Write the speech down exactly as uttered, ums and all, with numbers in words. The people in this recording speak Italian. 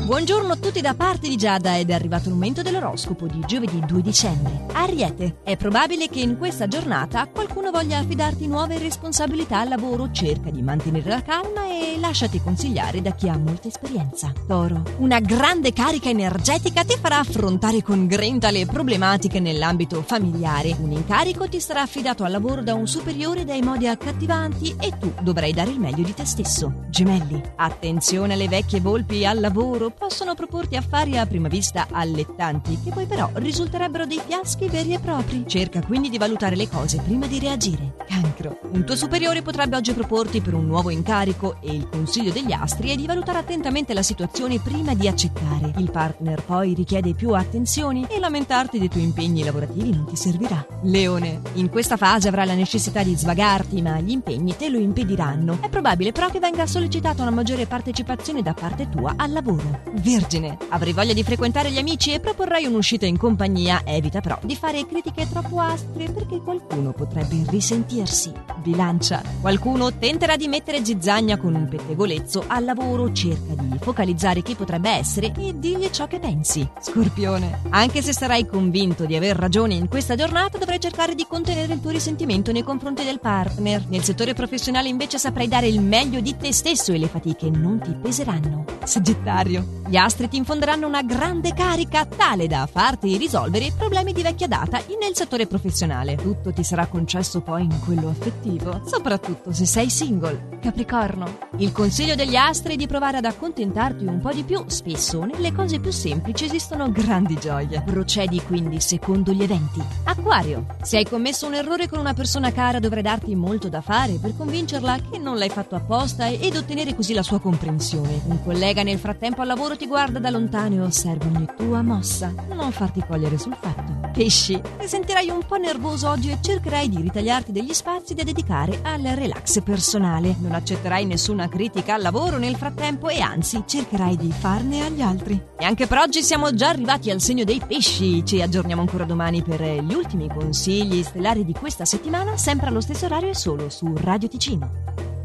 Buongiorno a tutti da parte di Giada ed è arrivato il momento dell'oroscopo di giovedì due dicembre. Ariete, è probabile che in questa giornata qualcuno voglia affidarti nuove responsabilità al lavoro, cerca di mantenere la calma e lasciati consigliare da chi ha molta esperienza. Toro, una grande carica energetica ti farà affrontare con grinta le problematiche nell'ambito familiare. Un incarico ti sarà affidato al lavoro da un superiore dai modi accattivanti e tu dovrai dare il meglio di te stesso. Gemelli, attenzione alle vecchie volpi al lavoro, possono proporti affari a prima vista allettanti che poi però risulterebbero dei fiaschi veri e propri. Cerca quindi di valutare le cose prima di reagire. Cancro, un tuo superiore potrebbe oggi proporti per un nuovo incarico e il consiglio degli astri è di valutare attentamente la situazione prima di accettare. Il partner poi richiede più attenzioni e lamentarti dei tuoi impegni lavorativi non ti servirà. Leone, in questa fase avrai la necessità di svagarti ma gli impegni te lo impediranno. È probabile però che venga sollecitata una maggiore partecipazione da parte tua al lavoro. Vergine, avrai voglia di frequentare gli amici e proporrai un'uscita in compagnia, evita però di fare critiche troppo aspre perché qualcuno potrebbe risentirsi. Bilancia, qualcuno tenterà di mettere zizzagna con un pettegolezzo al lavoro, cerca di focalizzare chi potrebbe essere e digli ciò che pensi. Scorpione, anche se sarai convinto di aver ragione in questa giornata, dovrai cercare di contenere il tuo risentimento nei confronti del partner. Nel settore professionale invece saprai dare il meglio di te stesso e le fatiche non ti peseranno. Sagittario, gli astri ti infonderanno una grande carica tale da farti risolvere problemi di vecchia data nel settore professionale. Tutto ti sarà concesso poi in quello affettivo, soprattutto se sei single. Capricorno, il consiglio degli astri è di provare ad accontentarti un po' di più. Spesso nelle cose più semplici esistono grandi gioie. Procedi quindi secondo gli eventi. Acquario, se hai commesso un errore con una persona cara dovrai darti molto da fare per convincerla che non l'hai fatto apposta ed ottenere così la sua comprensione. Un collega nel frattempo al lavoro ti guarda da lontano e osserva ogni tua mossa. Non farti cogliere sul fatto. Pesci, ti sentirai un po' nervoso oggi e cercherai di ritagliarti degli spazi da dedicare al relax personale. Non accetterai nessuna critica al lavoro nel frattempo e anzi cercherai di farne agli altri. E anche per oggi siamo già arrivati al segno dei pesci. Ci aggiorniamo ancora domani per gli ultimi consigli stellari di questa settimana, sempre allo stesso orario e solo su Radio Ticino.